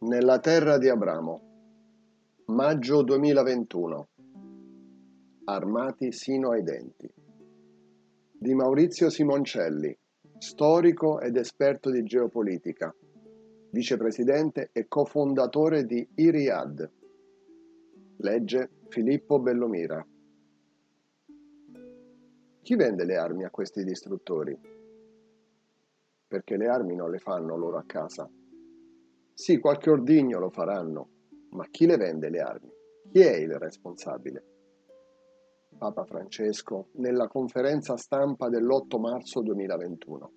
Nella terra di Abramo, maggio 2021, armati sino ai denti. Di Maurizio Simoncelli, storico ed esperto di geopolitica, vicepresidente e cofondatore di IRIAD. Legge Filippo Bellomira. Chi vende le armi a questi distruttori? Perché le armi non le fanno loro a casa. Sì, qualche ordigno lo faranno, ma chi le vende le armi? Chi è il responsabile? Papa Francesco nella conferenza stampa dell'8 marzo 2021.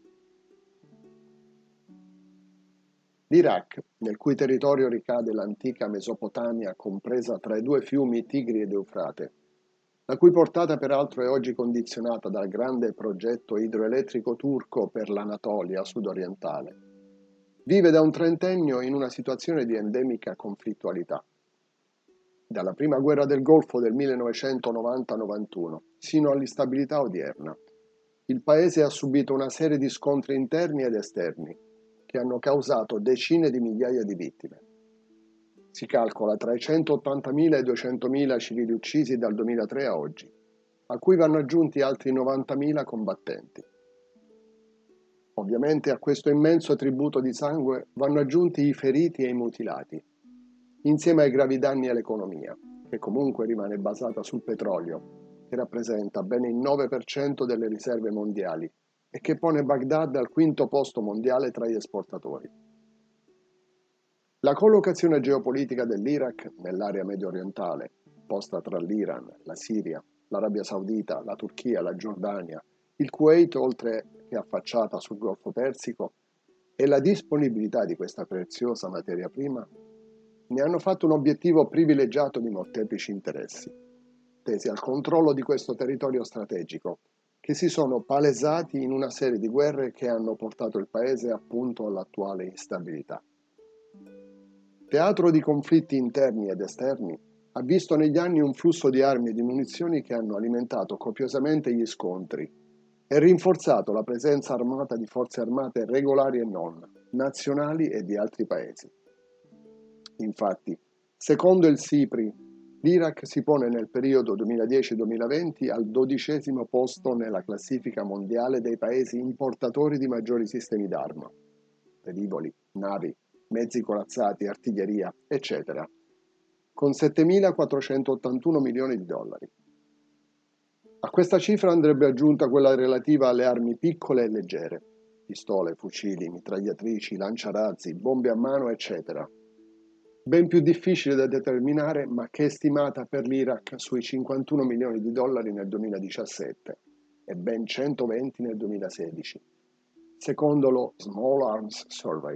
L'Iraq, nel cui territorio ricade l'antica Mesopotamia compresa tra i due fiumi Tigri ed Eufrate, la cui portata peraltro è oggi condizionata dal grande progetto idroelettrico turco per l'Anatolia sudorientale, vive da un trentennio in una situazione di endemica conflittualità. Dalla prima guerra del Golfo del 1990-91 sino all'instabilità odierna, il paese ha subito una serie di scontri interni ed esterni che hanno causato decine di migliaia di vittime. Si calcola tra i 180.000 e i 200.000 civili uccisi dal 2003 a oggi, a cui vanno aggiunti altri 90.000 combattenti. Ovviamente a questo immenso tributo di sangue vanno aggiunti i feriti e i mutilati, insieme ai gravi danni all'economia, che comunque rimane basata sul petrolio, che rappresenta ben il 9% delle riserve mondiali e che pone Baghdad al quinto posto mondiale tra gli esportatori. La collocazione geopolitica dell'Iraq nell'area mediorientale, posta tra l'Iran, la Siria, l'Arabia Saudita, la Turchia, la Giordania, il Kuwait oltre che affacciata sul Golfo Persico, e la disponibilità di questa preziosa materia prima ne hanno fatto un obiettivo privilegiato di molteplici interessi, tesi al controllo di questo territorio strategico, che si sono palesati in una serie di guerre che hanno portato il paese appunto all'attuale instabilità. Teatro di conflitti interni ed esterni, ha visto negli anni un flusso di armi e di munizioni che hanno alimentato copiosamente gli scontri e rinforzato la presenza armata di forze armate regolari e non, nazionali e di altri paesi. Infatti, secondo il SIPRI, l'Iraq si pone nel periodo 2010-2020 al 12° posto nella classifica mondiale dei paesi importatori di maggiori sistemi d'arma, velivoli, navi, mezzi corazzati, artiglieria, eccetera, con 7.481 milioni di dollari. A questa cifra andrebbe aggiunta quella relativa alle armi piccole e leggere, pistole, fucili, mitragliatrici, lanciarazzi, bombe a mano, eccetera, ben più difficile da determinare, ma che è stimata per l'Iraq sui 51 milioni di dollari nel 2017 e ben 120 nel 2016, secondo lo Small Arms Survey.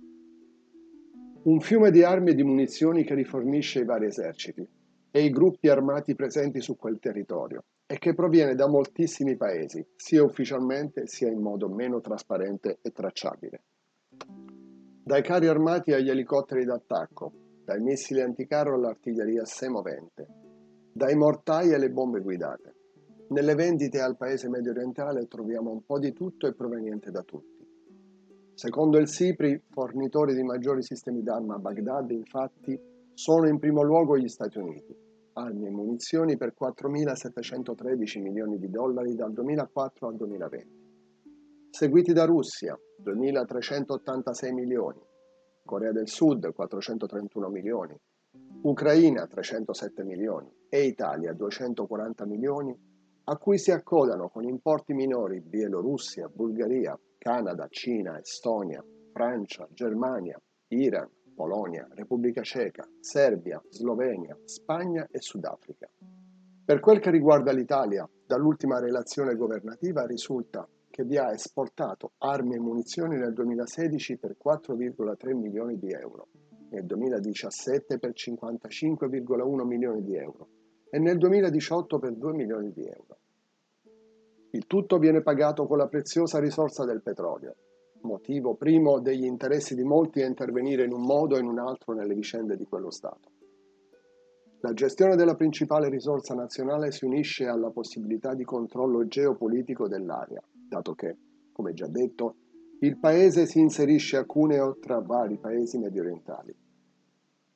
Un fiume di armi e di munizioni che rifornisce i vari eserciti e i gruppi armati presenti su quel territorio e che proviene da moltissimi paesi, sia ufficialmente sia in modo meno trasparente e tracciabile. Dai carri armati agli elicotteri d'attacco, dai missili anticarro all'artiglieria semovente, dai mortai alle bombe guidate. Nelle vendite al paese mediorientale troviamo un po' di tutto e proveniente da tutti. Secondo il SIPRI, fornitori di maggiori sistemi d'arma a Baghdad, infatti, sono in primo luogo gli Stati Uniti, armi e munizioni per 4.713 milioni di dollari dal 2004 al 2020, seguiti da Russia, 2.386 milioni, Corea del Sud, 431 milioni, Ucraina, 307 milioni e Italia, 240 milioni, a cui si accodano con importi minori Bielorussia, Bulgaria, Canada, Cina, Estonia, Francia, Germania, Iran, Polonia, Repubblica Ceca, Serbia, Slovenia, Spagna e Sudafrica. Per quel che riguarda l'Italia, dall'ultima relazione governativa risulta che vi ha esportato armi e munizioni nel 2016 per 4,3 milioni di euro, nel 2017 per 55,1 milioni di euro e nel 2018 per 2 milioni di euro. Il tutto viene pagato con la preziosa risorsa del petrolio, motivo primo degli interessi di molti a intervenire in un modo o in un altro nelle vicende di quello Stato. La gestione della principale risorsa nazionale si unisce alla possibilità di controllo geopolitico dell'area, dato che, come già detto, il paese si inserisce a cuneo tra vari paesi mediorientali.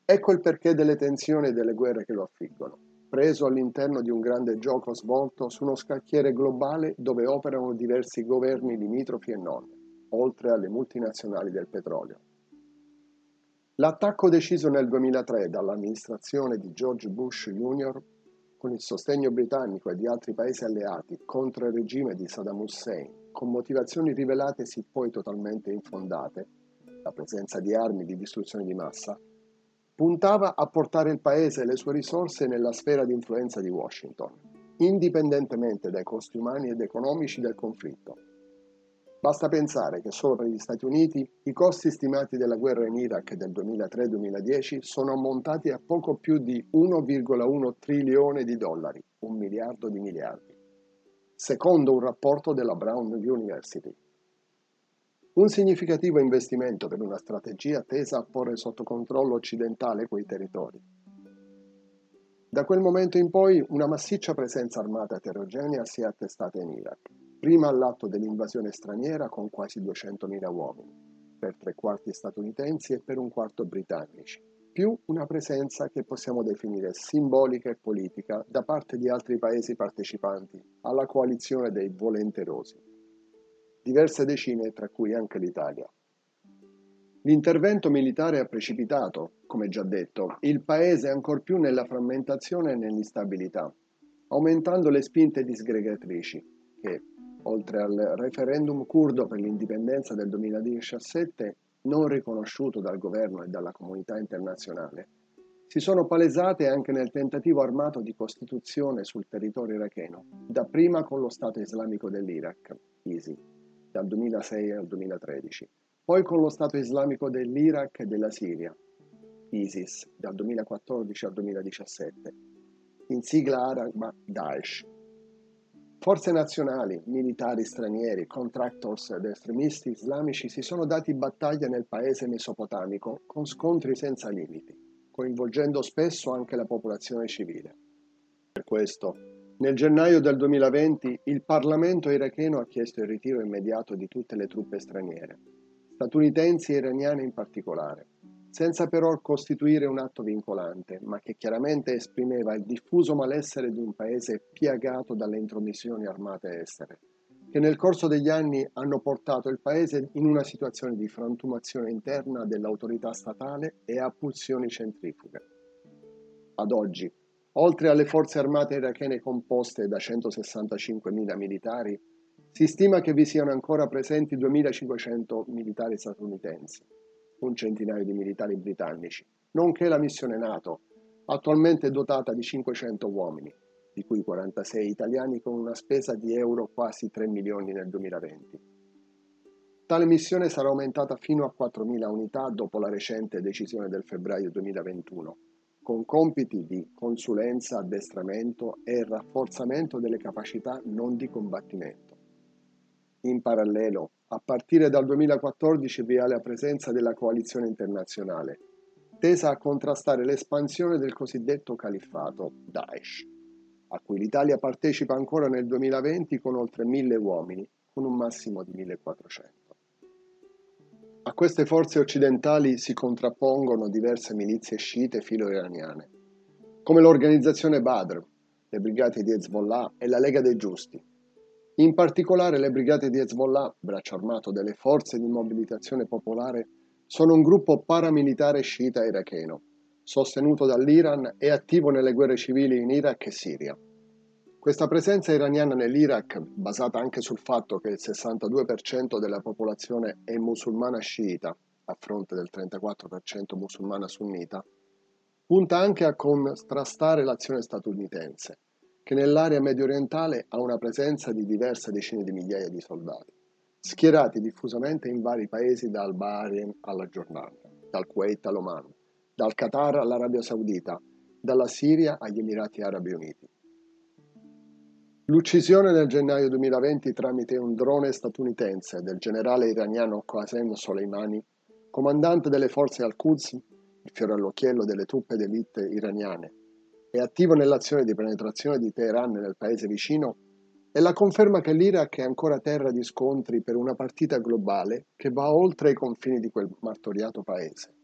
Ecco il perché delle tensioni e delle guerre che lo affliggono, preso all'interno di un grande gioco svolto su uno scacchiere globale dove operano diversi governi limitrofi e non, oltre alle multinazionali del petrolio. L'attacco deciso nel 2003 dall'amministrazione di George Bush Jr., con il sostegno britannico e di altri paesi alleati contro il regime di Saddam Hussein, con motivazioni rivelatesi poi totalmente infondate, la presenza di armi di distruzione di massa, puntava a portare il paese e le sue risorse nella sfera di influenza di Washington, indipendentemente dai costi umani ed economici del conflitto. Basta pensare che solo per gli Stati Uniti i costi stimati della guerra in Iraq del 2003-2010 sono ammontati a poco più di 1,1 trilione di dollari, 1 miliardo di miliardi, secondo un rapporto della Brown University. Un significativo investimento per una strategia tesa a porre sotto controllo occidentale quei territori. Da quel momento in poi una massiccia presenza armata eterogenea si è attestata in Iraq, prima all'atto dell'invasione straniera con quasi 200.000 uomini, per 3/4 statunitensi e per 1/4 britannici, più una presenza che possiamo definire simbolica e politica da parte di altri paesi partecipanti alla coalizione dei volenterosi, diverse decine tra cui anche l'Italia. L'intervento militare ha precipitato, come già detto, il paese ancor più nella frammentazione e nell'instabilità, aumentando le spinte disgregatrici che, oltre al referendum curdo per l'indipendenza del 2017, non riconosciuto dal governo e dalla comunità internazionale, si sono palesate anche nel tentativo armato di costituzione sul territorio iracheno, dapprima con lo Stato islamico dell'Iraq, ISI, dal 2006 al 2013, poi con lo Stato islamico dell'Iraq e della Siria, ISIS, dal 2014 al 2017, in sigla araba Daesh. Forze nazionali, militari stranieri, contractors ed estremisti islamici si sono dati battaglia nel paese mesopotamico con scontri senza limiti, coinvolgendo spesso anche la popolazione civile. Per questo, nel gennaio del 2020 il Parlamento iracheno ha chiesto il ritiro immediato di tutte le truppe straniere, statunitensi e iraniane in particolare, senza però costituire un atto vincolante, ma che chiaramente esprimeva il diffuso malessere di un paese piagato dalle intromissioni armate estere, che nel corso degli anni hanno portato il paese in una situazione di frantumazione interna dell'autorità statale e a pulsioni centrifughe. Ad oggi, oltre alle forze armate irachene composte da 165.000 militari, si stima che vi siano ancora presenti 2.500 militari statunitensi, un centinaio di militari britannici, nonché la missione NATO, attualmente dotata di 500 uomini, di cui 46 italiani con una spesa di euro quasi 3 milioni nel 2020. Tale missione sarà aumentata fino a 4.000 unità dopo la recente decisione del febbraio 2021, con compiti di consulenza, addestramento e rafforzamento delle capacità non di combattimento. In parallelo, a partire dal 2014 vi è la presenza della coalizione internazionale, tesa a contrastare l'espansione del cosiddetto califfato Daesh, a cui l'Italia partecipa ancora nel 2020 con oltre 1.000 uomini, con un massimo di 1.400. A queste forze occidentali si contrappongono diverse milizie sciite filo-iraniane, come l'organizzazione Badr, le brigate di Hezbollah e la Lega dei Giusti. In particolare le brigate di Hezbollah, braccio armato delle forze di mobilitazione popolare, sono un gruppo paramilitare sciita iracheno, sostenuto dall'Iran e attivo nelle guerre civili in Iraq e Siria. Questa presenza iraniana nell'Iraq, basata anche sul fatto che il 62% della popolazione è musulmana sciita, a fronte del 34% musulmana sunnita, punta anche a contrastare l'azione statunitense, che nell'area mediorientale ha una presenza di diverse decine di migliaia di soldati, schierati diffusamente in vari paesi dal Bahrain alla Giordania, dal Kuwait all'Oman, dal Qatar all'Arabia Saudita, dalla Siria agli Emirati Arabi Uniti. L'uccisione nel gennaio 2020 tramite un drone statunitense del generale iraniano Qasem Soleimani, comandante delle forze Al-Quds, il fiore all'occhiello delle truppe d'élite iraniane, e attivo nell'azione di penetrazione di Teheran nel paese vicino, è la conferma che l'Iraq è ancora terra di scontri per una partita globale che va oltre i confini di quel martoriato paese.